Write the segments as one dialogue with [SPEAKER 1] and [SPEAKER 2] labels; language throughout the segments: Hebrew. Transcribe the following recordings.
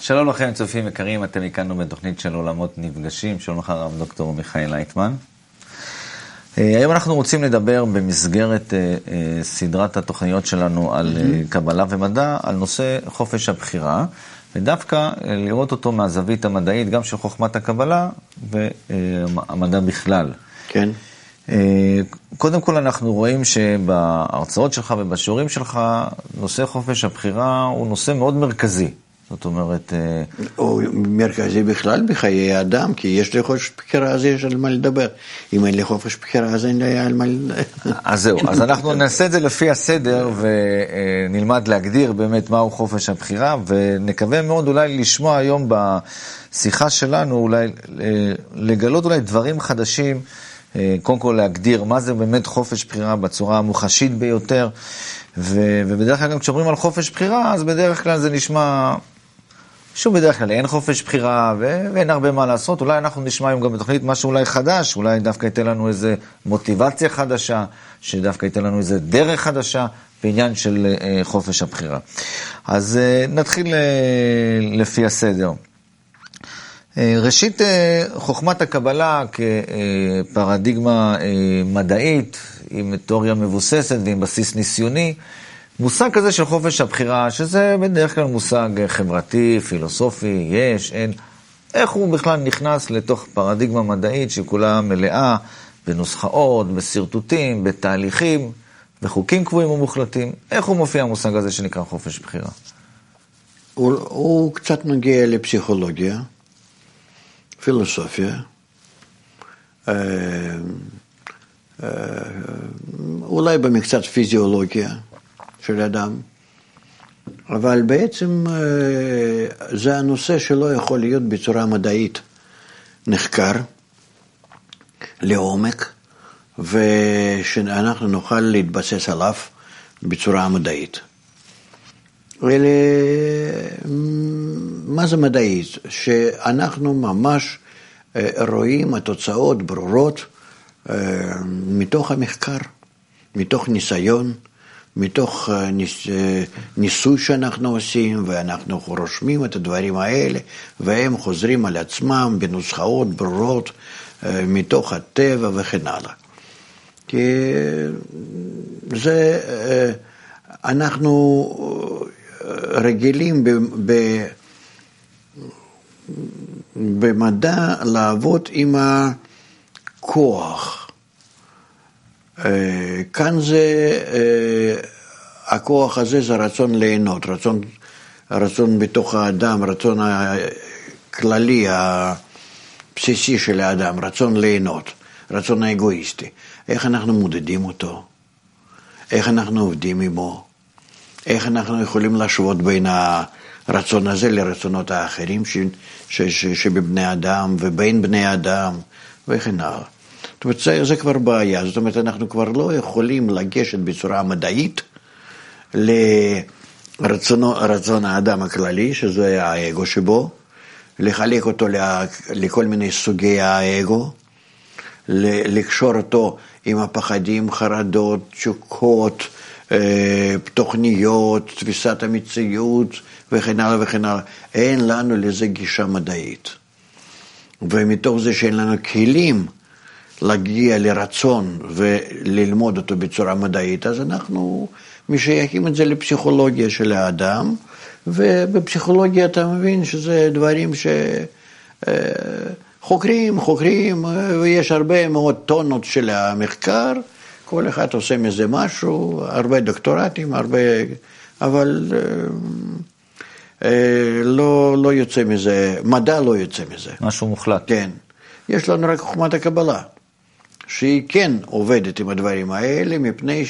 [SPEAKER 1] שלום לכם צופים יקרים, אתם הכרנו בתוכנית של עולמות נפגשים. שלום לך הרב דוקטור מיכאל לייטמן. היום אנחנו רוצים לדבר במסגרת סדרת התוכניות שלנו על קבלה ומדע, על נושא חופש הבחירה, ודווקא לראות אותו מהזווית המדעית, גם של חוכמת הקבלה והמדע בכלל.
[SPEAKER 2] כן.
[SPEAKER 1] קודם כל אנחנו רואים שבהרצאות שלך ובשיעורים שלך, נושא חופש הבחירה הוא נושא מאוד מרכזי. זאת אומרת...
[SPEAKER 2] הוא מרכזי בכלל בחיי האדם, כי יש לי חופש בחירה, אז יש על מה לדבר. אם אין לי חופש בחירה, אז אין לי על מה לדבר.
[SPEAKER 1] אז זהו, אז אנחנו נעשה את זה לפי הסדר, ונלמד להגדיר באמת מהו חופש הבחירה, ונקווה מאוד אולי לשמוע היום בשיחה שלנו, אולי לגלות אולי דברים חדשים, קודם כל להגדיר מה זה באמת חופש בחירה בצורה המוחשית ביותר, ובדרך כלל גם כשאומרים על חופש בחירה, אז בדרך כלל זה נשמע... שוב, בדרך כלל אין חופש בחירה ואין הרבה מה לעשות. אולי אנחנו נשמע היום גם בתוכנית משהו אולי חדש, אולי דווקא ייתן לנו איזה מוטיבציה חדשה, שדווקא ייתן לנו איזה דרך חדשה בעניין של חופש הבחירה. אז נתחיל לפי הסדר. ראשית, חוכמת הקבלה כפרדיגמה מדעית, עם תיאוריה מבוססת ועם בסיס ניסיוני, מושג כזה של חופש הבחירה, שזה בדרך כלל מושג חברתי, פילוסופי, יש, אין. איך הוא בכלל נכנס לתוך פרדיגמה מדעית שכולה מלאה בנוסחאות, בסרטוטים, בתהליכים, בחוקים קבועים ומוחלטים? איך הוא מופיע המושג הזה שנקרא חופש בחירה?
[SPEAKER 2] הוא קצת נוגע לפסיכולוגיה, פילוסופיה, אולי במקצת פיזיולוגיה של אדם, אבל בעצם זה הנושא שלא יכול להיות בצורה מדעית נחקר לעומק, ושאנחנו נוכל להתבסס עליו בצורה מדעית. מה זה מדעית? שאנחנו ממש רואים התוצאות ברורות מתוך המחקר, מתוך ניסיון, מתוך ניסוי שאנחנו עושים, ואנחנו רושמים את הדברים האלה, והם חוזרים על עצמם בנוסחאות ברורות מתוך הטבע וכן הלאה. כי זה, אנחנו רגילים במדע לעבוד עם הכוח. כאן זה, הכוח הזה זה רצון ליהנות, רצון בתוך האדם, רצון הכללי, הבסיסי של האדם, רצון ליהנות, רצון האגואיסטי. איך אנחנו מודדים אותו? איך אנחנו עובדים עמו? איך אנחנו יכולים להשוות בין הרצון הזה לרצונות האחרים שבבני אדם ובין בני אדם וכן הלאה. זאת אומרת, זה כבר בעיה. זאת אומרת, אנחנו כבר לא יכולים לגשת בצורה מדעית לרצון האדם הכללי, שזה האגו שבו, לחלק אותו לכל מיני סוגי האגו, לקשור אותו עם הפחדים, חרדות, תשוקות, תוכניות, תפיסת המציאות וכן הלאה וכן הלאה. אין לנו לזה גישה מדעית. ומתוך זה שאין לנו כלים להגיע לרצון וללמוד אותו בצורה מדעית, אז אנחנו משייכים את זה לפסיכולוגיה של האדם, ובפסיכולוגיה אתה מבין שזה דברים שחוקרים, ויש הרבה מאוד טונות של המחקר, כל אחד עושה מזה משהו, הרבה דוקטורטים, אבל לא יוצא מזה, מדע לא יוצא מזה.
[SPEAKER 1] משהו מוחלט.
[SPEAKER 2] כן. יש לנו רק חוכמת הקבלה, שהיא כן עובדת עם הדברים האלה, מפני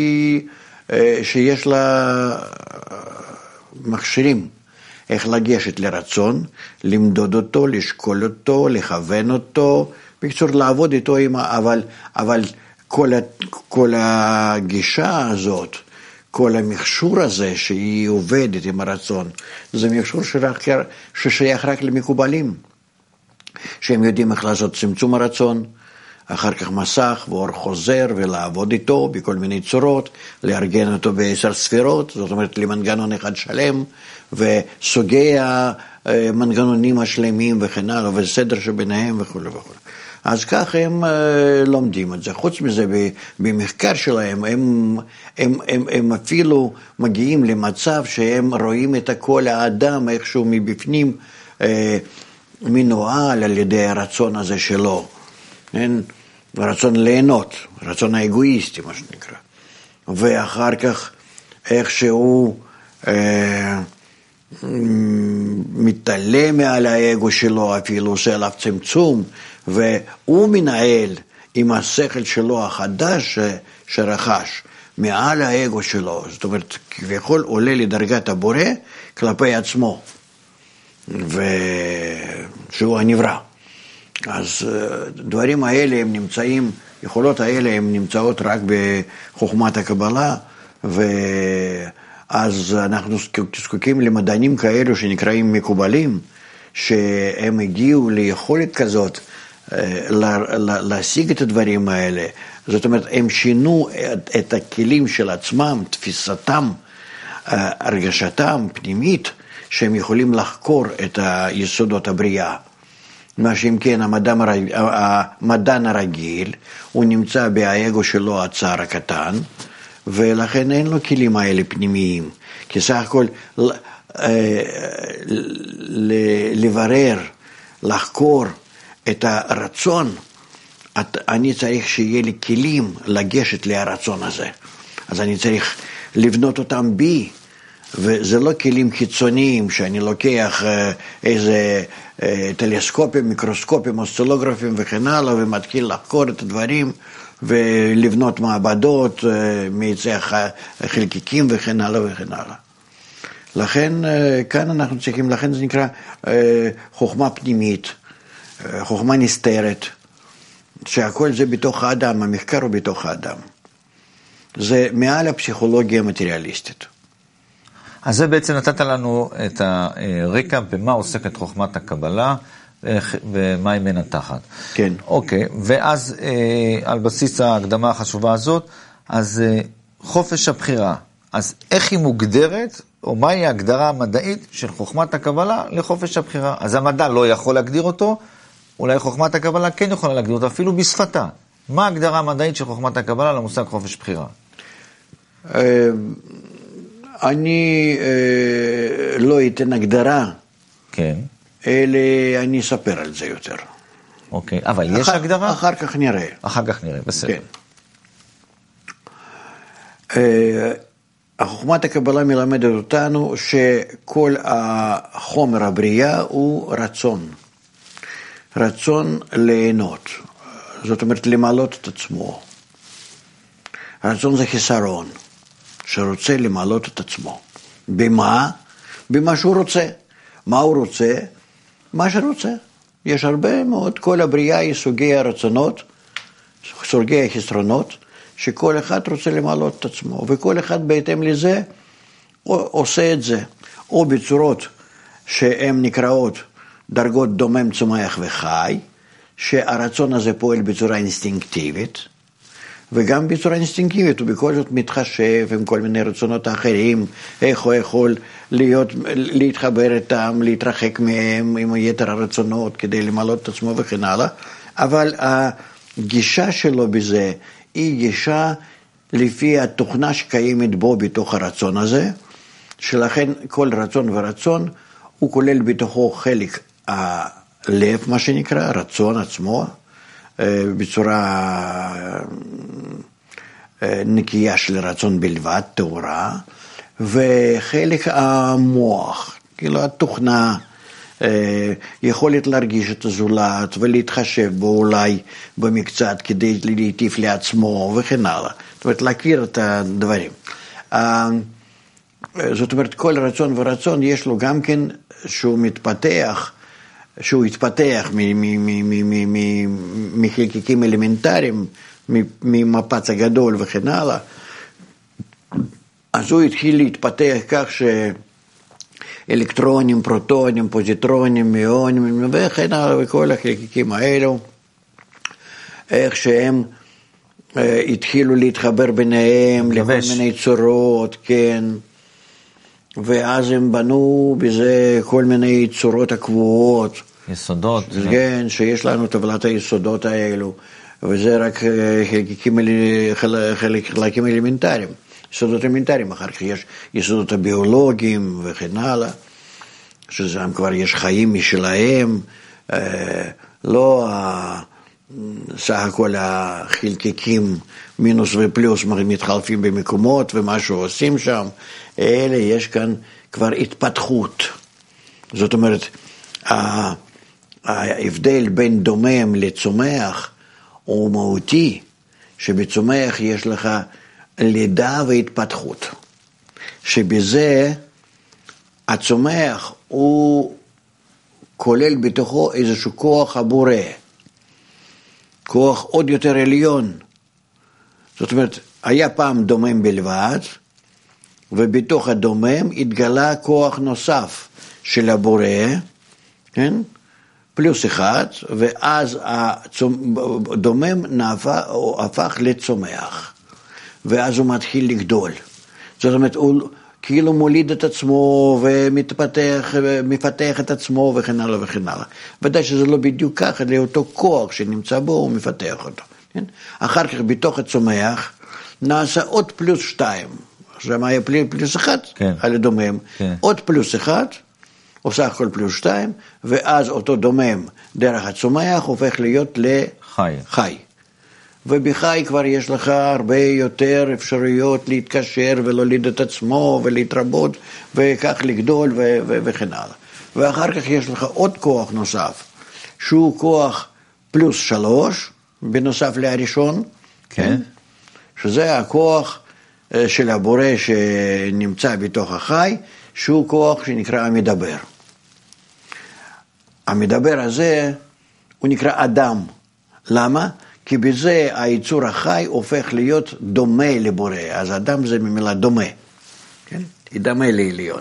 [SPEAKER 2] שיש לה מכשירים, איך לגשת לרצון, למדוד אותו, לשקול אותו, לכוון אותו, בקצור לעבוד איתו, אבל כל הגישה הזאת, כל המכשור הזה שהיא עובדת עם הרצון, זה מכשור ששייך רק למקובלים, שהם יודעים איך לעשות צמצום הרצון, אחר כך מסך ואור חוזר, ולעבוד איתו בכל מיני צורות, לארגן אותו ב10 ספירות, זאת אומרת למנגנון אחד שלם, וסוגי המנגנונים השלמים וכן הלאה, וסדר שביניהם וכו' וכו'. אז כך הם לומדים את זה. חוץ מזה, במחקר שלהם, הם אפילו מגיעים למצב שהם רואים את כל האדם איכשהו מבפנים, מנוהל על ידי הרצון הזה שלו. רצון ליהנות, רצון האגואיסטי, מה שנקרא. ואחר כך איכשהו מתעלה מעל האגו שלו, אפילו עושה עליו צמצום, והוא מנהל עם השכל שלו החדש שרכש מעל האגו שלו, זאת אומרת, כביכול עולה לדרגת הבורא כלפי עצמו, ושהוא הנברא. אז דברים האלה הם נמצאים, יכולות האלה הם נמצאות רק בחוכמת הקבלה, ואז אנחנו זקוקים למדענים כאלו שנקראים מקובלים, שהם הגיעו ליכולת כזאת להשיג את הדברים האלה. זאת אומרת, הם שינו את הכלים של עצמם, תפיסתם, הרגשתם פנימית, שהם יכולים לחקור את היסודות הבריאה. מה שאם כן, המדען הרגיל, הוא נמצא באגו שלו הצער הקטן, ולכן אין לו כלים האלה פנימיים. כי סך הכל לברר, לחקור את הרצון, אני צריך שיהיה לי כלים לגשת להרצון הזה. אז אני צריך לבנות אותם בי, וזה לא כלים חיצוניים שאני לוקח איזה טלסקופים, מיקרוסקופים, אוסצילוגרפים וכן הלאה, ומתחיל לחקור את הדברים ולבנות מעבדות, מייצא חלקיקים וכן הלאה וכן הלאה. לכן כאן אנחנו צריכים, לכן זה נקרא חוכמה פנימית, חוכמה נסתרת, שהכל זה בתוך האדם, המחקר הוא בתוך האדם. זה מעל הפסיכולוגיה המטריאליסטית.
[SPEAKER 1] אז זה בעצם נתת לנו את הרקע במה עוסקת חוכמת הקבלה ומה היא מנתחת.
[SPEAKER 2] כן.
[SPEAKER 1] אוקיי, ואז על בסיס ההקדמה החשובה הזאת, אז חופש הבחירה, אז איך היא מוגדרת, או מהי ההגדרה המדעית של חוכמת הקבלה לחופש הבחירה? אז המדע לא יכול להגדיר אותו, אולי חוכמת הקבלה כן יכולה להגדיר אותו, אפילו בשפתה. מה ההגדרה המדעית של חוכמת הקבלה למושג חופש בחירה?
[SPEAKER 2] אני לא אתן הגדרה,
[SPEAKER 1] כן.
[SPEAKER 2] אלא אני אספר על זה יותר.
[SPEAKER 1] אוקיי, אבל יש הגדרה?
[SPEAKER 2] אחר כך נראה.
[SPEAKER 1] אחר כך נראה, בסדר.
[SPEAKER 2] כן. החוכמת הקבלה מלמדת אותנו שכל החומר הבריאה הוא רצון. רצון ליהנות. זאת אומרת, למלות את עצמו. רצון זה חיסרון. שרוצה למלות את עצמו. במה? במה שהוא רוצה. מה הוא רוצה? מה שרוצה. יש הרבה מאוד, כל הבריאה היא סוגי הרצונות, סוגי החסרונות, שכל אחד רוצה למלות את עצמו, וכל אחד בהתאם לזה עושה את זה, או בצורות שהן נקראות דרגות דומם, צומח וחי, שהרצון הזה פועל בצורה אינסטינקטיבית, וגם בצורה אינסטינקטיבית, ובכל זאת מתחשב עם כל מיני רצונות אחרים, איך הוא יכול להתחבר איתם, להתרחק מהם עם יתר הרצונות, כדי למלות את עצמו וכן הלאה, אבל הגישה שלו בזה, היא גישה לפי התוכנה שקיימת בו בתוך הרצון הזה, שלכן כל רצון ורצון, הוא כולל בתוכו חלק הלב, מה שנקרא, רצון עצמו, בצורה נקייה של רצון בלבד, תאורה, וחלק המוח, כאילו התוכנה, יכולת להרגיש את הזולת ולהתחשב בו אולי במקצת כדי להטיף לעצמו וכן הלאה. זאת אומרת, להכיר את הדברים. זאת אומרת, כל רצון ורצון יש לו גם כן שהוא מתפתח, שהוא התפתח מחלקיקים אלמנטריים, ממפץ הגדול וכן הלאה, אז הוא התחיל להתפתח כך שאלקטרונים, פרוטונים, פוזיטרונים, מיונים וכן הלאה, וכל החלקיקים האלו איך שהם התחילו להתחבר ביניהם לכל מיני צורות, כן, ואז הם בנו בזה כל מיני צורות הקבועות.
[SPEAKER 1] יסודות.
[SPEAKER 2] כן, שיש לנו טבלת היסודות האלו, וזה רק חלקים אלמנטריים, יסודות אלמנטריים, אחר כך יש יסודות הביולוגיים וכן הלאה, שזה כבר יש חיים משלהם, לא סך הכל החלקיקים מינוס ופלוס מתחלפים במקומות ומשהו עושים שם, אלה יש כאן כבר התפתחות. זאת אומרת, ההבדל בין דומם לצומח הוא מהותי, שבצומח יש לך לידה והתפתחות, שבזה הצומח הוא כולל בתוכו איזשהו כוח הבורא, כוח עוד יותר עליון. זאת אומרת, היה פעם דומם בלבד, ובתוך הדומם התגלה כוח נוסף של הבורא, כן? פלוס אחד, ואז הדומם הפך לצומח, ואז הוא מתחיל לגדול. זאת אומרת, הוא כאילו מוליד את עצמו ומתפתח, מפתח את עצמו וכן הלאה וכן הלאה. ודאי שזה לא בדיוק ככה, לאותו כוח שנמצא בו הוא מפתח אותו. כן? אחר כך בתוך הצומח נעשה עוד פלוס 2, עכשיו היה פלוס 1
[SPEAKER 1] כן.
[SPEAKER 2] על הדומם, כן. עוד פלוס 1, או סך הכל פלוס 2, ואז אותו דומם דרך הצומח הופך להיות לחי. ובחי כבר יש לך הרבה יותר אפשרויות להתקשר ולהוליד את עצמו ולהתרבות וכך לגדול וכן הלאה. ואחר כך יש לך עוד כוח נוסף, שהוא כוח פלוס 3, בנוסף להראשון, כן? שזה הכוח של הבורא שנמצא בתוך החי, שהוא כוח שנקרא המדבר. המדבר הזה הוא נקרא אדם. למה? כי בזה היצור החי הופך להיות דומה לבורא. אז אדם זה ממילה דומה. כן? דומה לעליון.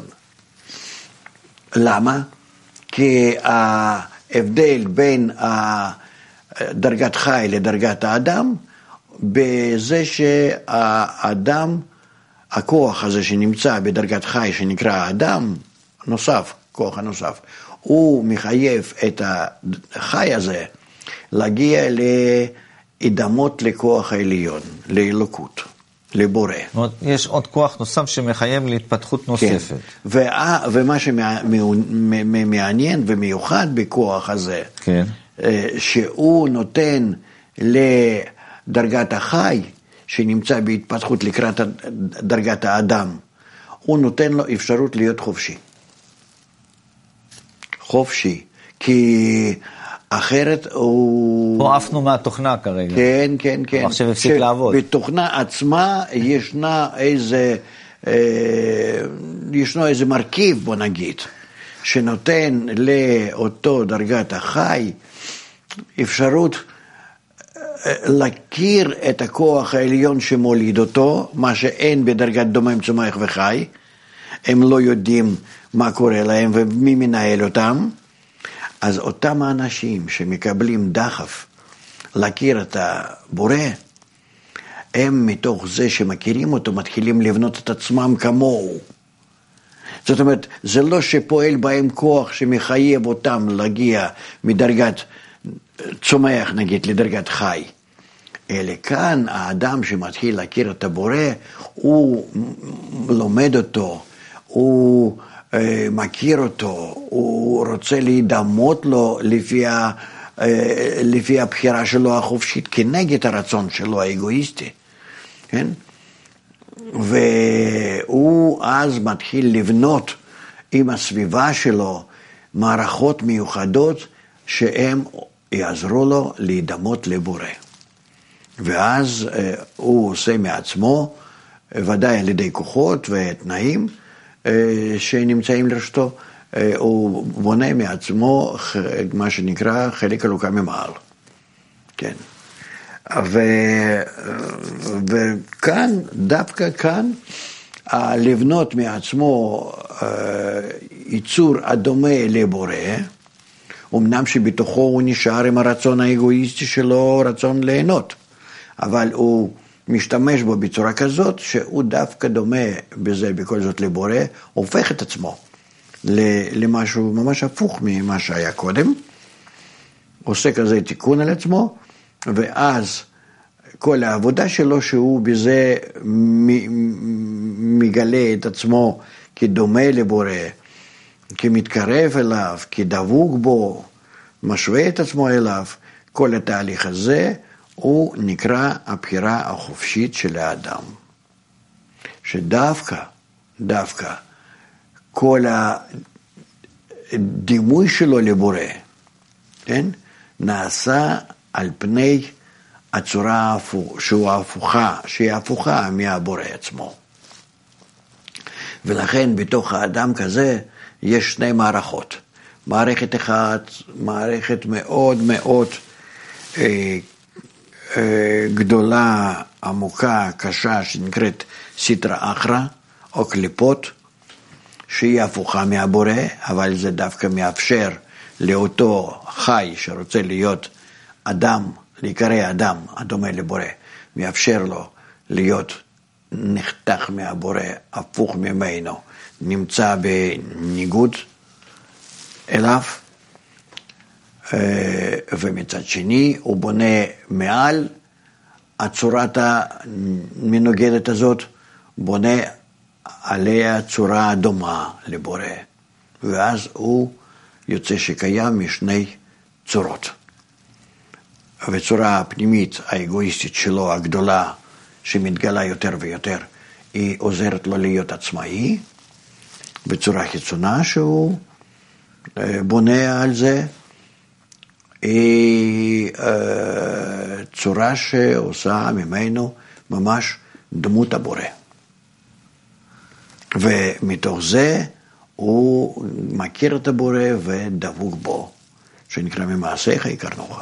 [SPEAKER 2] למה? כי ההבדל בין דרגת חי לדרגת האדם, בזה שהאדם, הכוח הזה שנמצא בדרגת חי שנקרא האדם, נוסף, כוח הנוסף, הוא מחייב את החי הזה להגיע להידמות לכוח העליון, לאלוקות, לבורא.
[SPEAKER 1] יש עוד כוח נוסף שמחייב להתפתחות נוספת.
[SPEAKER 2] כן. ומה שמעניין ומיוחד בכוח הזה, כן. שהוא נותן לדרגת החי, שנמצא בהתפתחות לקראת דרגת האדם, הוא נותן לו אפשרות להיות חופשי. חופשי, כי אחרת הוא...
[SPEAKER 1] פה עפנו מהתוכנה כרגע.
[SPEAKER 2] כן, כן, כן.
[SPEAKER 1] הוא עכשיו הפסיק לעבוד.
[SPEAKER 2] בתוכנה עצמה ישנו איזה מרכיב, בוא נגיד, שנותן לאותו דרגת החי אפשרות להכיר את הכוח העליון שמוליד אותו, מה שאין בדרגת דומם, צומח וחי. הם לא יודעים מה קורה להם ומי מנהל אותם. אז אותם האנשים שמקבלים דחף להכיר את הבורא, הם מתוך זה שמכירים אותו מתחילים לבנות את עצמם כמוהו. זאת אומרת, זה לא שפועל בהם כוח שמחייב אותם להגיע מדרגת צומח נגיד לדרגת חי, אלא כאן האדם שמתחיל להכיר את הבורא, הוא לומד אותו, הוא מכיר אותו, הוא רוצה להידמות לו לפי הבחירה שלו החופשית, כנגד הרצון שלו האגואיסטי, כן? והוא אז מתחיל לבנות עם הסביבה שלו מערכות מיוחדות שהם יעזרו לו להידמות לבורא. ואז הוא עושה מעצמו, ודאי על ידי כוחות ותנאים שנמצאים לרשתו, הוא בונה מעצמו מה שנקרא חלק אלוקה ממעל. כן. וכאן, דווקא כאן, לבנות מעצמו ייצור הדומה לבורא, אמנם שבתוכו הוא נשאר עם הרצון האגואיסטי שלו, רצון ליהנות, אבל הוא משתמש בו בצורה כזאת, שהוא דווקא דומה בזה בכל זאת לבורא, הופך את עצמו למשהו ממש הפוך ממה שהיה קודם, עושה כזה תיקון על עצמו, ואז כל העבודה שלו שהוא בזה מגלה את עצמו כדומה לבורא, כמתקרב אליו, כדבוק בו, משווה את עצמו אליו, כל התהליך הזה הוא נקרא הבחירה החופשית של האדם. שדווקא כל הדימוי שלו לבורא, כן? נעשה על פני הצורה שהיא הפוכה מהבורא עצמו. ולכן בתוך האדם כזה יש שני מערכות. מערכת אחת, מערכת מאוד מאוד גדולה, עמוקה, קשה, שנקראת סיטרא אחרא, או קליפות, שהיא הפוכה מהבורא, אבל זה דווקא מאפשר לאותו חי שרוצה להיות אדם, להיקרא אדם, הדומה לבורא, מאפשר לו להיות נחתך מהבורא, הפוך ממנו, נמצא בניגוד אליו, ומצד שני הוא בונה מעל הצורת המנוגדת הזאת, בונה עליה צורה דומה לבורא, ואז הוא יוצא שקיים משני צורות. וצורה הפנימית האגואיסטית שלו הגדולה, שמתגלה יותר ויותר, היא עוזרת לו להיות עצמאי, בצורה חיצונה שהוא בונה על זה, היא צורה שעושה ממנו ממש דמות הבורא. ומתוך זה הוא מכיר את הבורא ודבוק בו, שנקרא ממעשיך יקרנוך.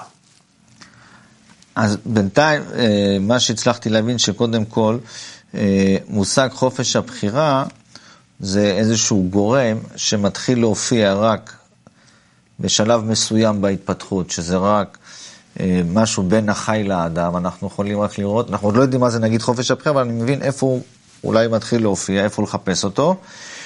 [SPEAKER 1] אז בינתיים, מה שהצלחתי להבין שקודם כל, מושג חופש הבחירה, זה איזשהו גורם שמתחיל להופיע רק בשלב מסוים בהתפתחות, שזה רק משהו בין החי לאדם, אנחנו יכולים רק לראות, אנחנו עוד לא יודעים מה זה נגיד חופש הבחירה, אבל אני מבין איפה הוא אולי מתחיל להופיע, איפה לחפש אותו,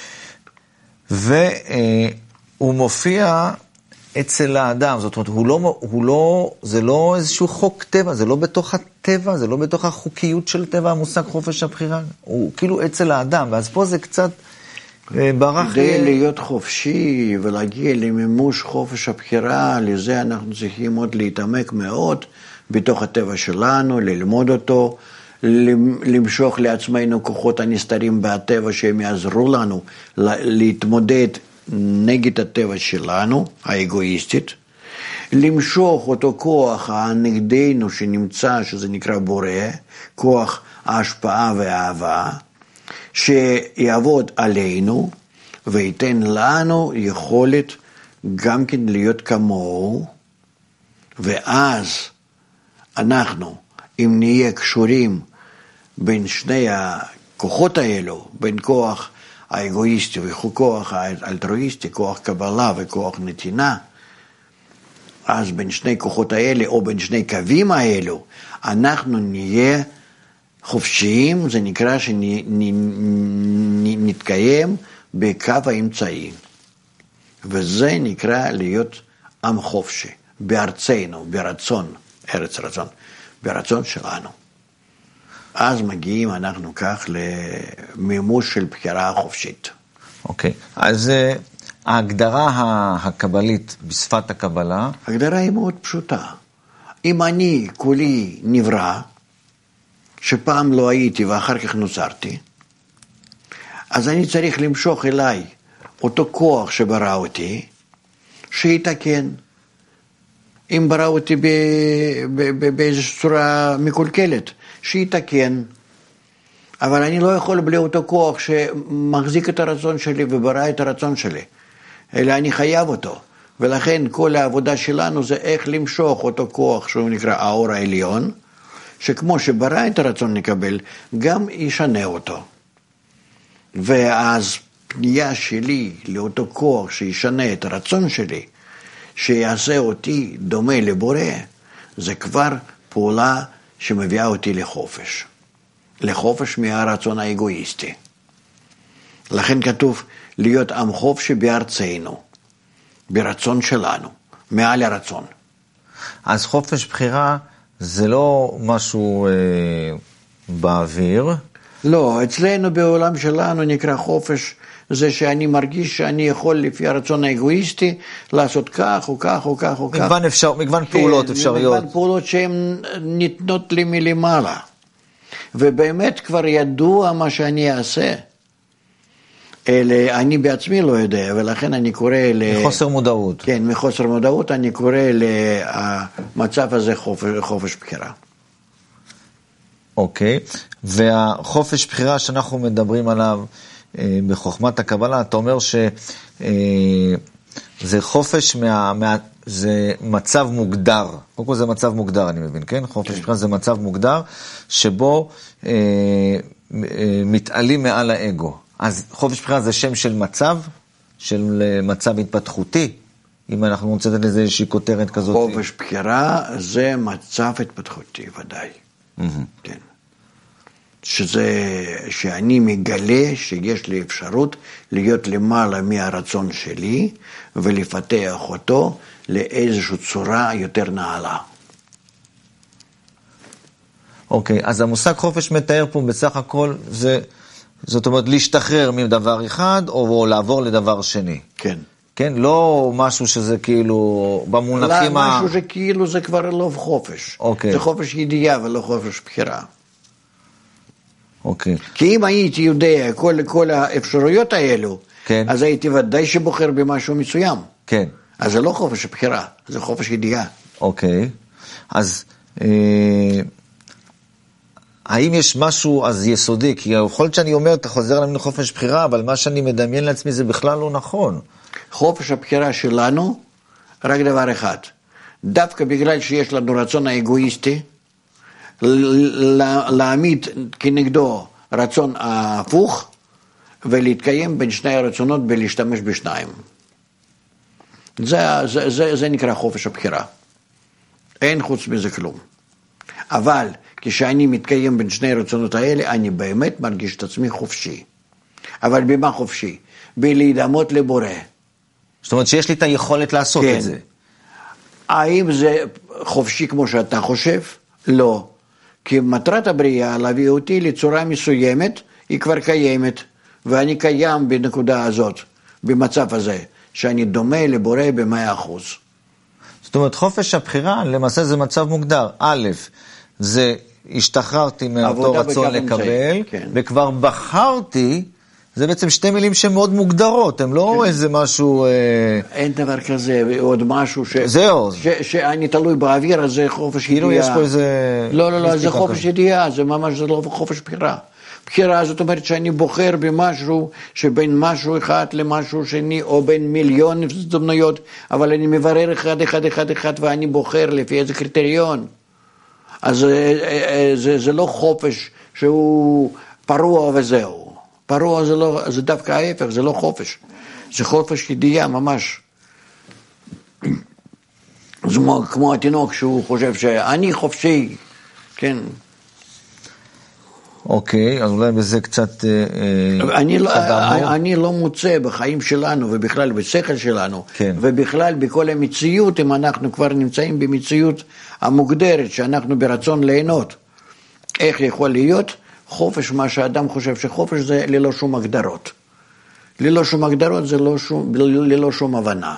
[SPEAKER 1] והוא מופיע אצל האדם, זאת אומרת, זה לא איזשהו חוק טבע, זה לא בתוך הטבע, זה לא בתוך החוקיות של טבע, המושג חופש הבחירה, הוא כאילו אצל האדם, ואז פה זה קצת ברח.
[SPEAKER 2] כדי להיות חופשי ולהגיע למימוש חופש הבחירה, לזה אנחנו צריכים עוד להתעמק מאוד בתוך הטבע שלנו, ללמוד אותו, למשוך לעצמנו כוחות הנסתרים בטבע שהם יעזרו לנו להתמודד נגד הטבע שלנו, האגואיסטית, למשוך אותו כוח הנגדנו שנמצא, שזה נקרא בורא, כוח ההשפעה והאהבה, שיעבוד עלינו וייתן לנו יכולת גם כן להיות כמוהו, ואז אנחנו, אם נהיה קשורים בין שני הכוחות האלו, בין כוח האגואיסטי וכוח האלטרואיסטי, כוח קבלה וכוח נתינה, אז בין שני כוחות האלה או בין שני קווים האלו, אנחנו נהיה חופשיים, זה נקרא שנתקיים בקו האמצעי. וזה נקרא להיות עם חופשי, בארצנו, ברצון, ארץ רצון, ברצון שלנו. אז מגיעים אנחנו כך למימוש של בחירה חופשית.
[SPEAKER 1] אוקיי, אז ההגדרה הקבלית בשפת הקבלה?
[SPEAKER 2] ההגדרה היא מאוד פשוטה. אם אני כולי נברא, שפעם לא הייתי ואחר כך נוצרתי, אז אני צריך למשוך אליי אותו כוח שברא אותי, שיתקן. אם ברא אותי באיזושהי צורה מקולקלת, שיתקן. אבל אני לא יכול בלי אותו כוח שמחזיק את הרצון שלי וברא את הרצון שלי, אלא אני חייב אותו. ולכן כל העבודה שלנו זה איך למשוך אותו כוח שהוא נקרא האור העליון, שכמו שברא את הרצון לקבל, גם ישנה אותו. ואז פנייה שלי לאותו כוח שישנה את הרצון שלי, שיעשה אותי דומה לבורא, זה כבר פעולה שמביאה אותי לחופש. לחופש מהרצון האגואיסטי. לכן כתוב להיות עם חופשי בארצנו, ברצון שלנו, מעל הרצון.
[SPEAKER 1] אז חופש בחירה זה לא משהו באוויר?
[SPEAKER 2] לא, אצלנו בעולם שלנו נקרא חופש, זה שאני מרגיש שאני יכול לפי הרצון האגואיסטי לעשות כך או כך או כך או כך.
[SPEAKER 1] מגוון פעולות אפשריות.
[SPEAKER 2] מגוון פעולות שהן ניתנות לי מלמעלה. ובאמת כבר ידוע מה שאני אעשה. אני בעצמי לא יודע, ולכן אני קורא
[SPEAKER 1] מחוסר מודעות.
[SPEAKER 2] כן, מחוסר מודעות אני קורא למצב הזה חופש בחירה.
[SPEAKER 1] אוקיי, והחופש בחירה שאנחנו מדברים עליו בחוכמת הקבלה, אתה אומר שזה חופש זה מצב מוגדר. קודם כל זה מצב מוגדר, אני מבין, כן? חופש בחירה זה מצב מוגדר שבו מתעלים מעל האגו. אז חופש בחירה זה שם של מצב התפתחותי, אם אנחנו רוצים לתת לזה איזושהי כותרת כזאת.
[SPEAKER 2] חופש בחירה זה מצב התפתחותי, ודאי. כן. שאני מגלה שיש לי אפשרות להיות למעלה מהרצון שלי, ולפתח אותו לאיזושהי צורה יותר נעלה.
[SPEAKER 1] אוקיי, אז המושג חופש מתאר פה בסך הכל זאת אומרת, להשתחרר מדבר אחד, או לעבור לדבר שני.
[SPEAKER 2] כן.
[SPEAKER 1] כן? לא משהו שזה כאילו, במונחים
[SPEAKER 2] לא, משהו שכאילו זה כבר לא חופש.
[SPEAKER 1] אוקיי.
[SPEAKER 2] זה חופש ידיעה ולא חופש בחירה.
[SPEAKER 1] אוקיי.
[SPEAKER 2] כי אם הייתי יודע כל האפשרויות האלו,
[SPEAKER 1] כן.
[SPEAKER 2] אז הייתי ודאי שבוחר במשהו מסוים.
[SPEAKER 1] כן.
[SPEAKER 2] אז זה לא חופש בחירה, זה חופש ידיעה.
[SPEAKER 1] אוקיי. אז האם יש משהו אז יסודי? כי יכול להיות שאני אומר, אתה חוזר לנו לחופש בחירה, אבל מה שאני מדמיין לעצמי זה בכלל לא נכון.
[SPEAKER 2] חופש הבחירה שלנו, רק דבר אחד. דווקא בגלל שיש לנו רצון האגואיסטי, להעמיד כנגדו רצון ההפוך, ולהתקיים בין שני הרצונות בלהשתמש בשניים. זה נקרא חופש הבחירה. אין חוץ מזה כלום. אבל כשאני מתקיים בין שני הרצונות האלה, אני באמת מרגיש את עצמי חופשי. אבל במה חופשי? בלהידמות לבורא.
[SPEAKER 1] זאת אומרת שיש לי את היכולת לעשות
[SPEAKER 2] כן.
[SPEAKER 1] את זה.
[SPEAKER 2] האם זה חופשי כמו שאתה חושב? לא. כי מטרת הבריאה להביא אותי לצורה מסוימת, היא כבר קיימת, ואני קיים בנקודה הזאת, במצב הזה, שאני דומה לבורא ב100%.
[SPEAKER 1] זאת אומרת, חופש הבחירה, למעשה זה מצב מוגדר. א', זה השתחררתי מאותו רצון לקבל, כן. וכבר בחרתי, זה בעצם שתי מילים שהן מאוד מוגדרות, הן לא כן. איזה משהו...
[SPEAKER 2] אין דבר כזה, עוד משהו
[SPEAKER 1] זהו.
[SPEAKER 2] שאני תלוי באוויר, אז זה חופש ידיעה.
[SPEAKER 1] כאילו יש פה איזה...
[SPEAKER 2] לא, זה חופש ידיעה, זה ממש זה לא חופש בחירה. בחירה זאת אומרת שאני בוחר במשהו שבין משהו אחד למשהו שני, או בין מיליון הזדמנויות, אבל אני מברר אחד, ואני בוחר לפי איזה קריטריון. אז זה לא חופש שהוא פרוע וזהו. פרוע זה דווקא ההפך, זה לא חופש. זה חופש ידיעה ממש. זה כמו התינוק שהוא חושב שאני חופשי, כן.
[SPEAKER 1] אוקיי, אז אולי בזה קצת...
[SPEAKER 2] אני לא מוצא בחיים שלנו, ובכלל בשכל שלנו,
[SPEAKER 1] כן.
[SPEAKER 2] ובכלל בכל המציאות, אם אנחנו כבר נמצאים במציאות המוגדרת, שאנחנו ברצון ליהנות, איך יכול להיות חופש, מה שאדם חושב שחופש זה ללא שום הגדרות. ללא שום הגדרות זה ללא שום הבנה.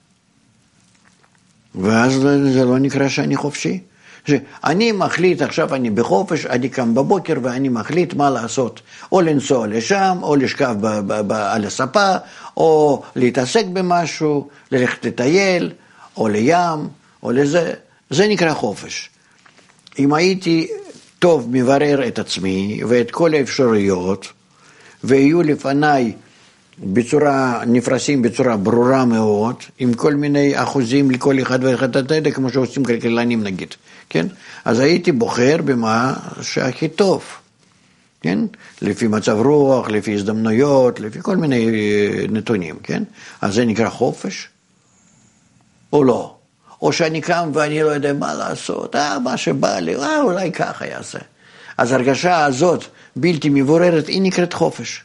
[SPEAKER 2] ואז זה לא נקרא שאני חופשי. אני מחליט, עכשיו אני בחופש, אני קם בבוקר ואני מחליט מה לעשות. או לנסוע לשם, או לשכב על הספה, או להתעסק במשהו, ללכת לטייל, או לים, או לזה. זה נקרא חופש. אם הייתי טוב מברר את עצמי ואת כל האפשרויות, ויהיו לפניי נפרסים בצורה ברורה מאוד, עם כל מיני אחוזים לכל אחד ואחד, כמו שעושים כלכלנים נגיד, כן? אז הייתי בוחר במה שהכי טוב, כן? לפי מצב רוח, לפי הזדמנויות, לפי כל מיני נתונים, כן? אז זה נקרא חופש. או לא. או שאני קם ואני לא יודע מה לעשות, מה שבא לי, אולי ככה יעשה. אז הרגשה הזאת, בלתי מבוררת, היא נקראת חופש.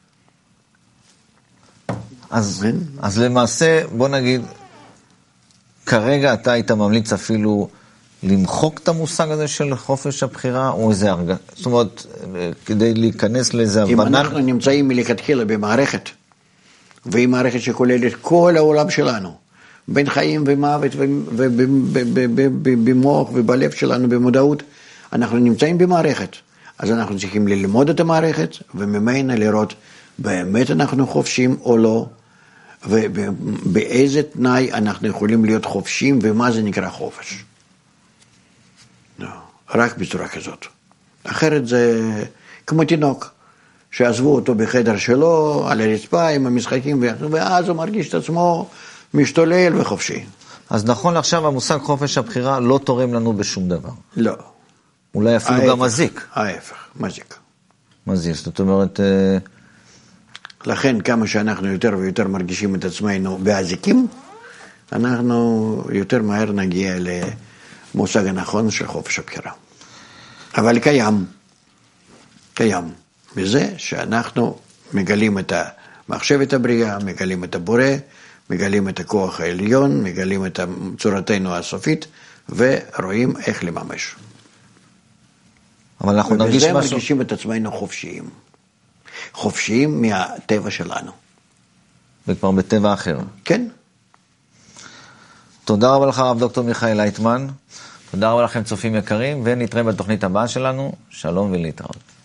[SPEAKER 1] אז למעשה, בוא נגיד, כרגע אתה היית ממליץ אפילו למחוק את המושג הזה של חופש הבחירה, או איזה הרגשה? זאת אומרת, כדי להיכנס לאיזה הבנה...
[SPEAKER 2] אם אנחנו נמצאים מלכתחילה במערכת, והיא מערכת שכוללת כל העולם שלנו, בין חיים ומוות, במוח ובלב שלנו, במודעות, אנחנו נמצאים במערכת. אז אנחנו צריכים ללמוד את המערכת, וממנה לראות באמת אנחנו חופשים או לא, ובאיזה תנאי אנחנו יכולים להיות חופשים, ומה זה נקרא חופש. רק בצורה כזאת. אחרת זה כמו תינוק, שעזבו אותו בחדר שלו, על הרצפה עם המשחקים, ואז הוא מרגיש את עצמו משתולל וחופשי.
[SPEAKER 1] אז נכון עכשיו המושג חופש הבחירה לא תורם לנו בשום דבר.
[SPEAKER 2] לא.
[SPEAKER 1] אולי אפילו
[SPEAKER 2] ההפך,
[SPEAKER 1] גם מזיק.
[SPEAKER 2] ההפך, מזיק.
[SPEAKER 1] מזיק, זאת אומרת...
[SPEAKER 2] לכן כמה שאנחנו יותר ויותר מרגישים את עצמנו באזיקים, אנחנו יותר מהר נגיע למושג הנכון של חופש הבחירה. אבל קיים, בזה שאנחנו מגלים את המחשבת הבריאה, מגלים את הבורא, מגלים את הכוח העליון, מגלים את צורתנו הסופית, ורואים איך לממש.
[SPEAKER 1] אבל אנחנו נרגיש משהו...
[SPEAKER 2] ובזה מרגישים את עצמנו חופשיים. חופשיים מהטבע שלנו.
[SPEAKER 1] וכבר בטבע אחר.
[SPEAKER 2] כן.
[SPEAKER 1] תודה רבה לך, הרב דוקטור מיכאל לייטמן. תודה רבה לכם, צופים יקרים, ונתראה בתוכנית הבאה שלנו. שלום ולהתראות.